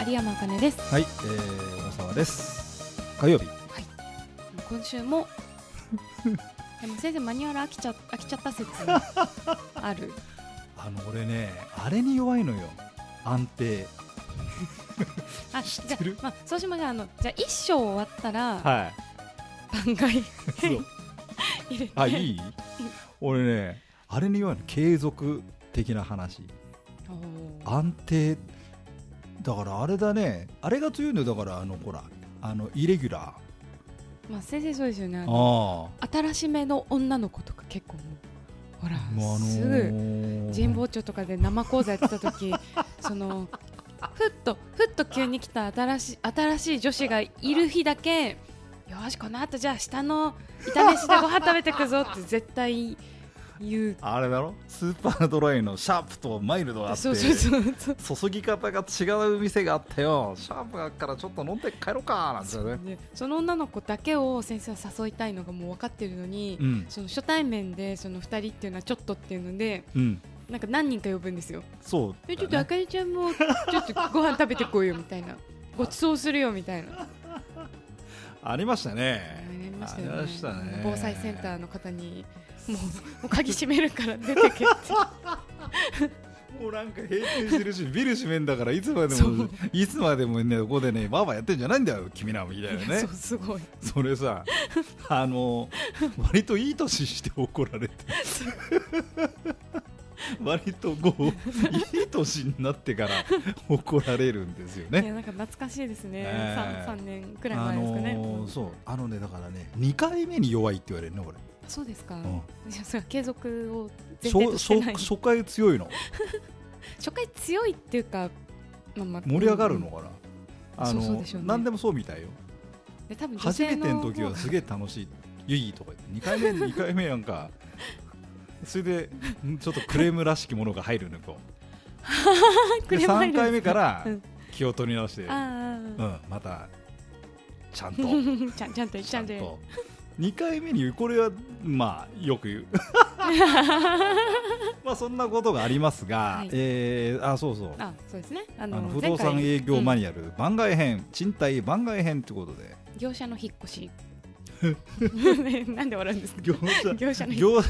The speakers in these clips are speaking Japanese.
有山茜です。 はい、大沢です。火曜日。 はい、今週もでも先生マニュアル飽きちゃった説ある。 俺ね、あれに弱いのよ。安定。 あ、じゃあ、そうしましょう。じゃあ一章終わったら、 はい、 番外そう入れて。 あ、いい俺ね、あれに弱いの。継続的な話。安定だからあれだね。あれが強いのだから、ほら、イレギュラー。 まあ、先生そうですよね。新しめの女の子とか結構ほら、すぐ神保町とかで生講座やってた時そのふっと急に来た新しい女子がいる日だけ、よしこの後じゃあ下の炒飯でご飯食べてくぞって絶対言う。 あれだろ、スーパードライのシャープとマイルドがあって、 そう注ぎ方が違う店があったよ。シャープがあるからちょっと飲んで帰ろうかなんてね。 その女の子だけを先生は誘いたいのがもう分かってるのに、その初対面でその2人っていうのはちょっとっていうので、なんか何人か呼ぶんですよ。 そうだね、 ちょっとあかりちゃんもちょっとご飯食べてこいよみたいな、ごちそうするよみたいなありましたね。 ありましたね。防災センターの方にもう鍵閉めるから出てけってもうなんか閉店してるしビル閉めんだからいつまでもね、ここでねバーバーやってんじゃないんだよ君らみたいなね。 そう、すごい。 それさ割といい年して怒られて割といい年になってから怒られるんですよね。 いや、なんか懐かしいですね。3年くらい前ですかね。 そうね、だからね、2回目に弱いって言われるね、これ。 そうですか。じゃあそれは継続を前提としてない。 初回強いの。 初回強いっていうか、 盛り上がるのかな。 そうでしょうね。 何でもそうみたいよ。 で多分初めての時はすげえ楽しい、いいとか言って、2回目なんかそれでちょっとクレームらしきものが入るのこうで3回目から気を取り直して、またちゃんとちゃんと 2回目にこれはまあよく言うまあそんなことがありますが、そうですね。 不動産営業マニュアル番外編、賃貸番外編ということで、 業者の引っ越しなんで笑うんですか。業者の引っ越し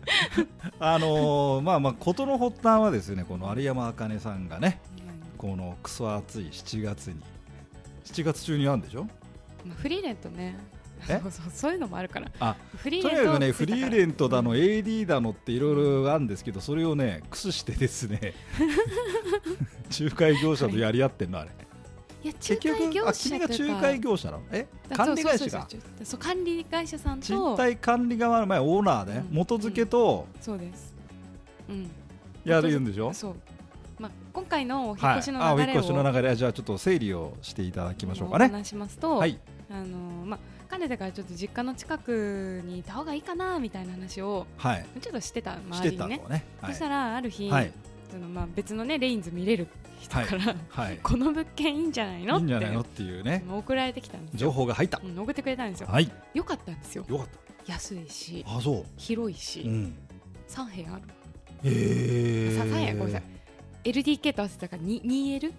事の発端はですね、この有山茜さんがね、このクソ暑い7月中にあるんでしょ。 フリーレントね。そういうのもあるから。 とにかくね、フリーレントだの AD だのっていろいろあるんですけど、それをね駆使してですね仲介業者とやり合ってんのあれ。 いや、仲介業者君が仲介業者なの？管理会社が。 そう、管理会社さんと賃貸管理側の前オーナーで元付けと、 そうです。 やるんでしょ。 そう。今回のお引っ越しの流れを、 お引っ越しの流れ、じゃあちょっと整理をしていただきましょうかね。 お話しますと、かねてからちょっと実家の近くにいた方がいいかなみたいな話をちょっとしてた、周りにね。そしたらある日、別のねレインズ見れる人からこの物件いいんじゃないのっていうね、 送られてきたんですよ。 情報が入った。 送ってくれたんですよ。よかったんですよ。安いし、広いし、3部屋ある。3部屋、ごめんなさい。LDK と合わせたから 2L？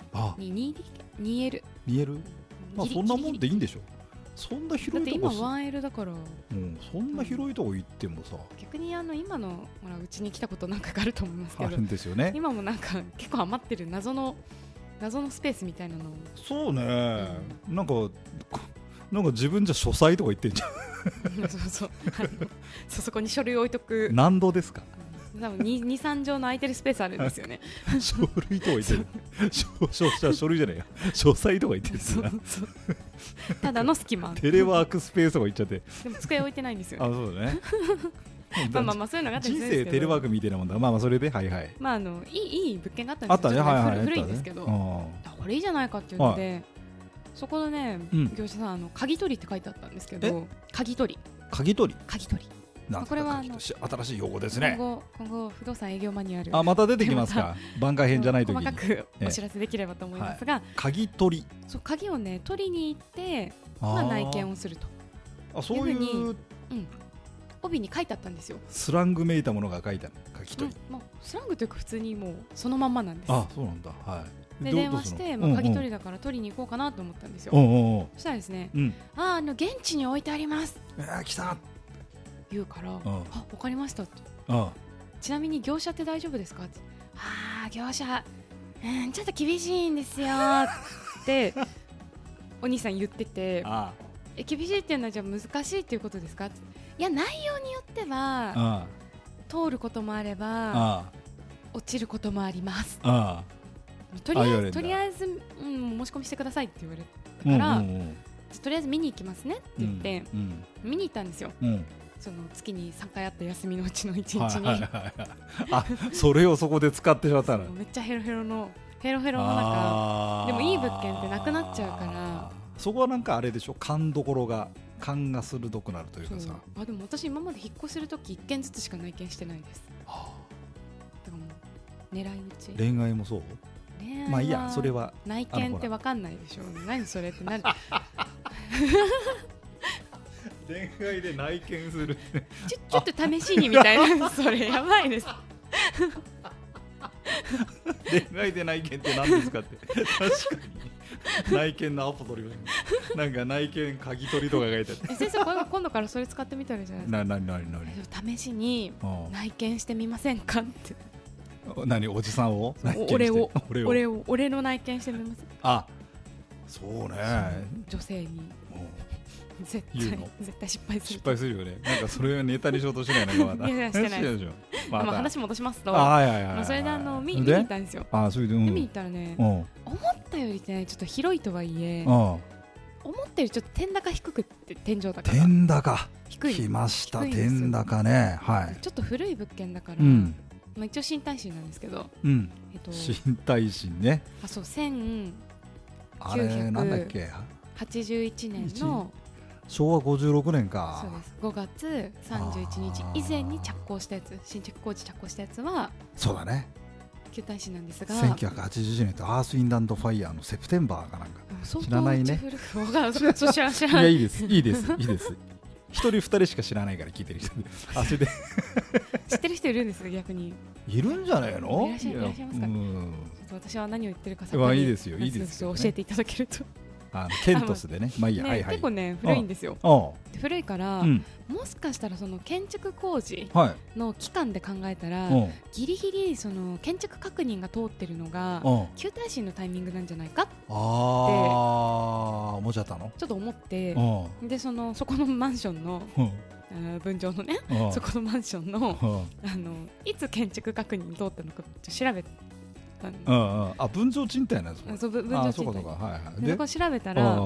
2L？ そんなもんでいいんでしょ。そんな広いとこ、 だって今 1L だから、 そんな広いとこ行ってもさ、 逆に今のうちに来たことなんかがあると思いますけど、 あるんですよね。 今もなんか結構余ってる謎のスペースみたいなの。 そうね、なんか自分じゃ書斎とか言ってんじゃんそこに書類置いとく。 何度ですか。 多分2、3畳の空いてるスペースあるんですよね。 書類とか言ってる。書類じゃないや、書斎とか言ってる。 ただの隙間。 テレワークスペースとか言っちゃって。 でも机置いてないんですよね。 そうだね。 そういうのがあったりするんですけど、 人生テレワークみたいなもんだ。それでいいい物件があったんですよ。古いんですけど、これいいじゃないかっていうので、そこのね業者さん鍵取りって書いてあったんですけど、鍵取り。これは新しい用語ですね。 今後不動産営業マニュアル、 また出てきますか。番外編じゃない時に細かくお知らせできればと思いますが、 鍵取り。 そう、鍵をね取りに行って内見をすると。 そういう、 帯に書いてあったんですよ。 スラングめいたものが書いてある。鍵取り。 スラングというか普通にもうそのまんまなんです。 そうなんだ。 で電話して、鍵取りだから取りに行こうかなと思ったんですよ。そしたらですね、現地に置いてあります。 来た言うから、わかりましたって。ちなみに業者って大丈夫ですかって。業者ちょっと厳しいんですよってお兄さん言ってて、厳しいっていうのはじゃあ難しいっていうことですかって。いや、内容によっては通ることもあれば落ちることもあります。とりあえず、申し込みしてくださいって言われたから、とりあえず見に行きますねって言って、見に行ったんですよ。その月に3回あった休みのうちの1日にそれをそこで使ってしまったの。 めっちゃヘロヘロの中でもいい物件ってなくなっちゃうから、 そこはなんかあれでしょ、勘どころが勘が鋭くなるというかさ。 でも私今まで引っ越しするとき1軒ずつしか内見してないです。だからもう狙い撃ち。 恋愛もそう？まあいいや、それは内見って分かんないでしょ。何それってなる恋愛で内見するちょっと試しにみたいなそれやばいです恋愛で内見って何ですかって確かに内見のアポ取りなんか内見鍵取りとか書いてあって先生今度からそれ使ってみたらじゃないですか。試しに内見してみませんかっておじさんを俺の内見してみます。 そうね、 女性に絶対失敗するよね。なんかそれをネタにしようとしないのかまた。 いやしてないです。話戻しますと、それで見に行ったんですよ。見に行ったらね、思ったよりねちょっと広いとはいえ、思ったよりちょっと天高低くって天井高が天高低い。 来ました天高ね。 ちょっと古い物件だから。一応新耐震なんですけど、 新耐震ね。 そうあれなんだっけ、 81年の昭和56年か。 そうです。5月31日以前に着工したやつ、新築工事着工したやつはそうだね、 旧耐震なんですが、 1980年とアース・ウィンド・アンド・ファイヤーのセプテンバーかなんか知らないね。 そう知らない。 いやいいです一人二人しか知らないから聞いてる人それで知ってる人いるんですよ。逆にいるんじゃないの。 いらっしゃいますか。私は何を言ってるかいいですよ教えていただけると。 ケントスでね、まあいいや、 結構ね古いんですよ。古いから、もしかしたらその建築工事の期間で考えたら、ギリギリその建築確認が通ってるのが旧耐震のタイミングなんじゃないかって思っちゃったの。 ちょっと思って、でそこのマンションの分譲のね、そこのマンションのいつ建築確認通ったのか調べて。 分譲賃貸なんですか。 そう、分譲賃貸。でこれ調べたら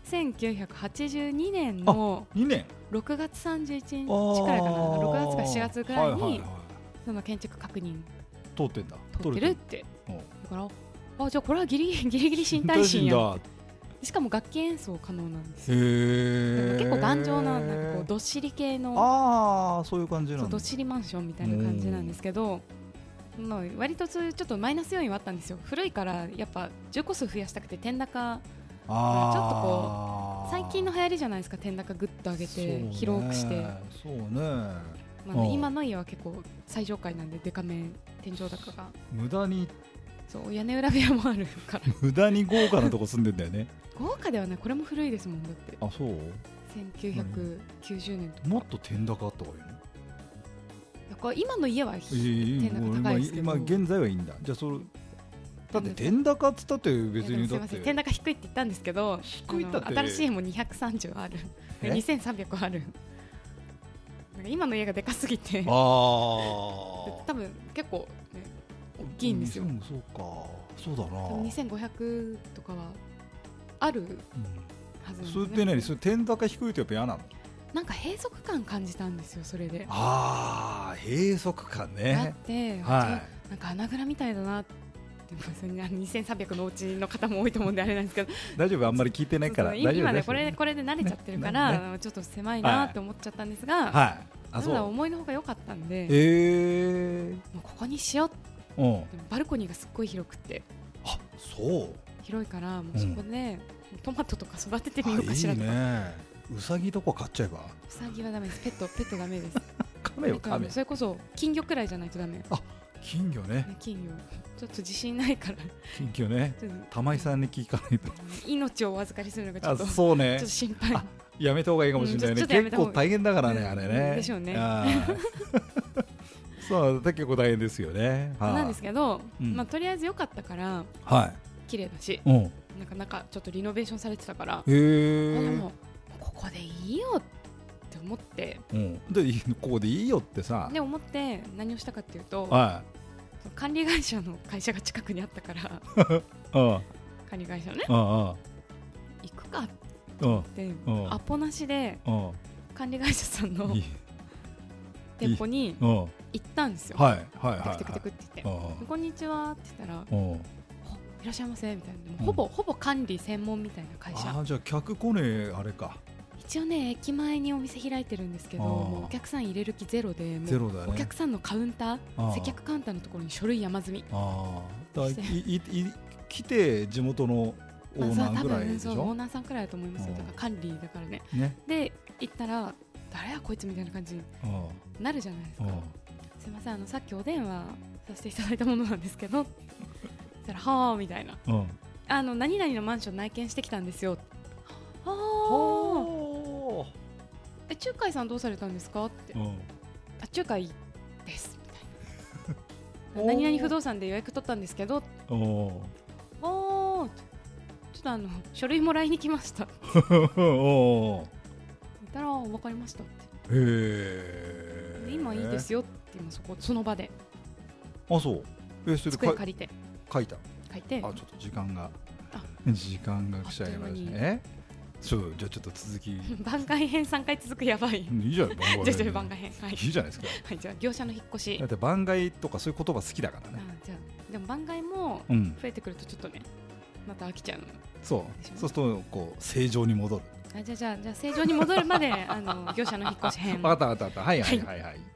1982年の6月31日くらいかな、6月か7月くらいにその建築確認通ってるって。だからじゃあこれはギリギリ新耐震や。しかも楽器演奏可能なんですよ。結構頑丈な、なんかこうどっしり系の、 そういう感じなんだ。 どっしりマンションみたいな感じなんですけど、割とちょっとマイナス要因はあったんですよ。古いからやっぱ住戸数増やしたくて天高、ちょっとこう最近の流行りじゃないですか。天高グッと上げて広くして。 そうね。 今の家は結構最上階なんでデカめ天井高が無駄に、 そう屋根裏部屋もあるから無駄に豪華なとこ住んでんだよね。 豪華ではない。これも古いですもんだって。 そう。 1990年とか。 もっと天高あった方がいいの。 今の家は天高高いですけど、 今現在はいいんだ。じゃあだって天高っつったって別にだって天高低いって言ったんですけど、新しい家も230ある、2300ある。今の家がでかすぎて多分結構ね大きいんですよ。 そうか、そうだな。 2500とかはあるはずなんですね。 それって何、それ天高低いとやっぱ嫌なの。 なんか閉塞感感じたんですよ。それで閉塞感ね。 だって、なんか穴蔵みたいだなって。2300のお家の方も多いと思うんであれなんですけど、 大丈夫、あんまり聞いてないから。 今ねこれで慣れちゃってるからちょっと狭いなって思っちゃったんですが、ただ思いのほか良かったんで、ここにしよう。バルコニーがすっごい広くて、広いからもうそこでトマトとか育ててみようかしらとか。 うさぎとか買っちゃえば。うさぎはダメです。ペットダメです。 カメよ、カメ。 それこそ金魚くらいじゃないとダメ。 金魚ね。 金魚ちょっと自信ないから金魚ね。玉井さんに聞かないと。 命をお預かりするのがちょっとそうね。 ちょっと心配。 やめた方がいいかもしれないね。結構大変だからね、あれね。 でしょうね。 そう結構大変ですよね。 なんですけど、とりあえず良かったから、綺麗だし、なかなかちょっとリノベーションされてたから、でもここでいいよって思って、 でここでいいよってさ、 で思って何をしたかっていうと、管理会社の会社が近くにあったから管理会社ね行くかって思ってアポなしで管理会社さんの店舗に行ったんですよ。テクテクって言ってこんにちはって言ったらいらっしゃいませみたいな、ほぼ管理専門みたいな会社。 じゃあ客来ねえあれか。 一応ね駅前にお店開いてるんですけど、もうお客さん入れる気ゼロで、もうお客さんのカウンター、接客カウンターのところに書類山積み。 来て地元のオーナーぐらいでしょ。 オーナーさんくらいだと思いますよ。だから管理だからね。で行ったら誰やこいつみたいな感じになるじゃないですか。すいませんさっきお電話させていただいたものなんですけど、そしたらはーみたいな、何々のマンション内見してきたんですよ。仲介さんどうされたんですかって、仲介ですみたいな何々不動産で予約取ったんですけど、ちょっと書類もらいに来ました言ったら分かりましたって、で今いいですよって今その場でそうそれ机借りて書いてちょっと時間が来ちゃいましたね。じゃあちょっと続き番外編3回続くやばい。 いいじゃないじゃあ番外編、 いいじゃないですか。 じゃあ業者の引っ越し。 だって番外とかそういう言葉好きだからね。 じゃあでも番外も増えてくるとちょっとねまた飽きちゃうの。そうするとこう正常に戻る。じゃあ正常に戻るまで業者の引っ越し編。 分かったはい。